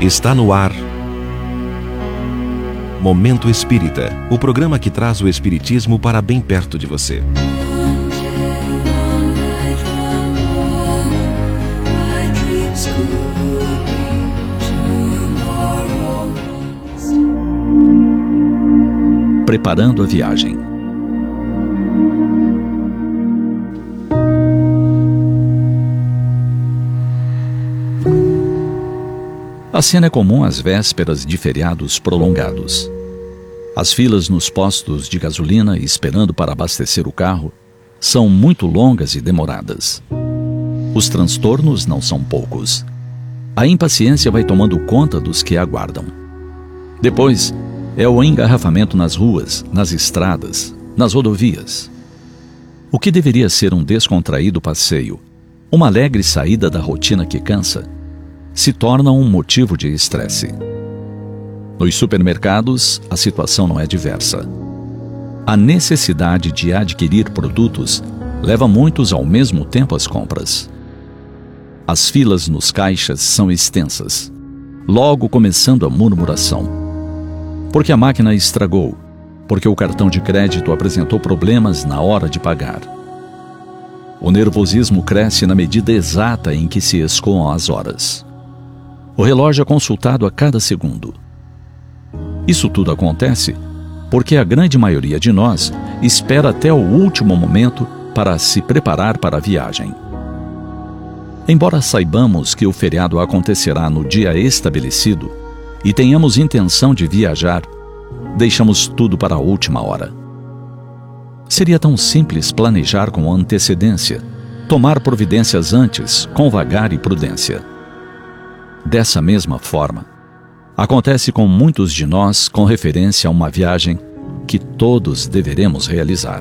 Está no ar Momento Espírita, o programa que traz o espiritismo para bem perto de você. Preparando a viagem. A cena é comum às vésperas de feriados prolongados. As filas nos postos de gasolina esperando para abastecer o carro são muito longas e demoradas. Os transtornos não são poucos. A impaciência vai tomando conta dos que aguardam. Depois, é o engarrafamento nas ruas, nas estradas, nas rodovias. O que deveria ser um descontraído passeio, uma alegre saída da rotina que cansa, se torna um motivo de estresse. Nos supermercados, a situação não é diversa. A necessidade de adquirir produtos leva muitos ao mesmo tempo às compras. As filas nos caixas são extensas, logo começando a murmuração. Porque a máquina estragou, porque o cartão de crédito apresentou problemas na hora de pagar. O nervosismo cresce na medida exata em que se escoam as horas. O relógio é consultado a cada segundo. Isso tudo acontece porque a grande maioria de nós espera até o último momento para se preparar para a viagem. Embora saibamos que o feriado acontecerá no dia estabelecido e tenhamos intenção de viajar, deixamos tudo para a última hora. Seria tão simples planejar com antecedência, tomar providências antes, com vagar e prudência. Dessa mesma forma, acontece com muitos de nós com referência a uma viagem que todos deveremos realizar.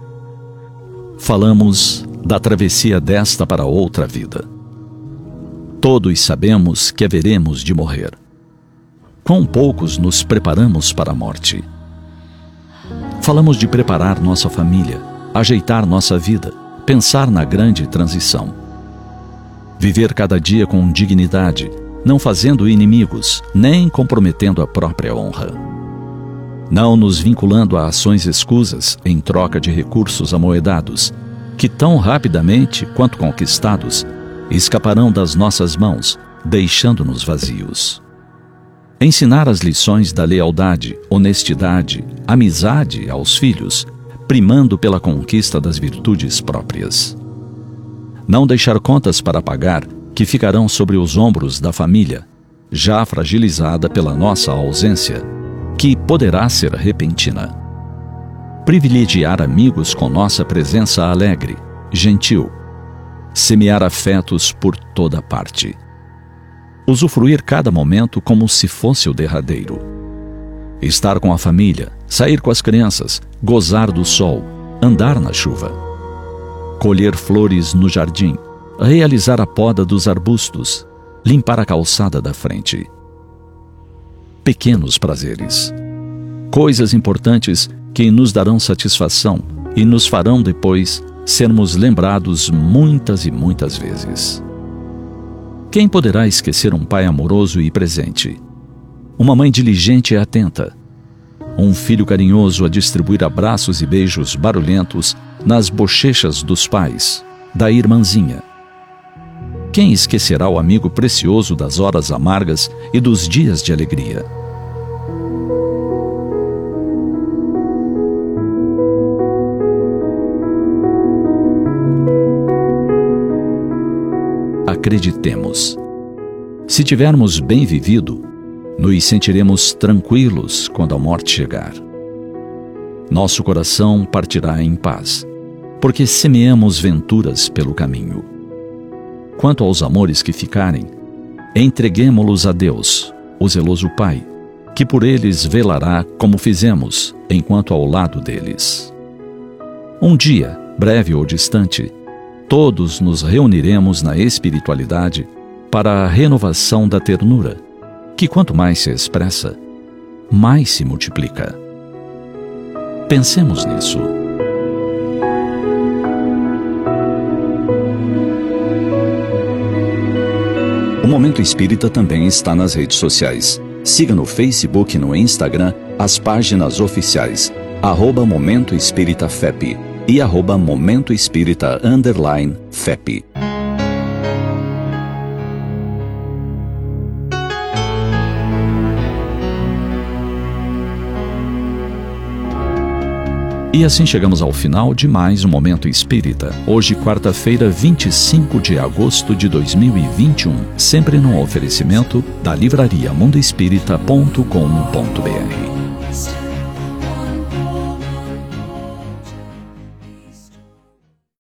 Falamos da travessia desta para outra vida. Todos sabemos que haveremos de morrer. Quão poucos nos preparamos para a morte. Falamos de preparar nossa família, ajeitar nossa vida, pensar na grande transição. Viver cada dia com dignidade, não fazendo inimigos, nem comprometendo a própria honra. Não nos vinculando a ações escusas em troca de recursos amoedados, que tão rapidamente quanto conquistados, escaparão das nossas mãos, deixando-nos vazios. Ensinar as lições da lealdade, honestidade, amizade aos filhos, primando pela conquista das virtudes próprias. Não deixar contas para pagar que ficarão sobre os ombros da família, já fragilizada pela nossa ausência, que poderá ser repentina. Privilegiar amigos com nossa presença alegre, gentil. Semear afetos por toda parte. Usufruir cada momento como se fosse o derradeiro. Estar com a família, sair com as crianças, gozar do sol, andar na chuva. Colher flores no jardim, realizar a poda dos arbustos, limpar a calçada da frente. Pequenos prazeres. Coisas importantes que nos darão satisfação e nos farão depois sermos lembrados muitas e muitas vezes. Quem poderá esquecer um pai amoroso e presente? Uma mãe diligente e atenta? Um filho carinhoso a distribuir abraços e beijos barulhentos nas bochechas dos pais, da irmãzinha? Quem esquecerá o amigo precioso das horas amargas e dos dias de alegria? Acreditemos. Se tivermos bem vivido, nos sentiremos tranquilos quando a morte chegar. Nosso coração partirá em paz, porque semeamos venturas pelo caminho. Quanto aos amores que ficarem, entreguemo-los a Deus, o zeloso Pai, que por eles velará como fizemos, enquanto ao lado deles. Um dia, breve ou distante, todos nos reuniremos na espiritualidade para a renovação da ternura, que quanto mais se expressa, mais se multiplica. Pensemos nisso. Momento Espírita também está nas redes sociais. Siga no Facebook e no Instagram as páginas oficiais @Momento Espírita FEP e @Momento Espírita _FEP. E assim chegamos ao final de mais um Momento Espírita. Hoje, quarta-feira, 25 de agosto de 2021. Sempre num oferecimento da livraria mundoespírita.com.br.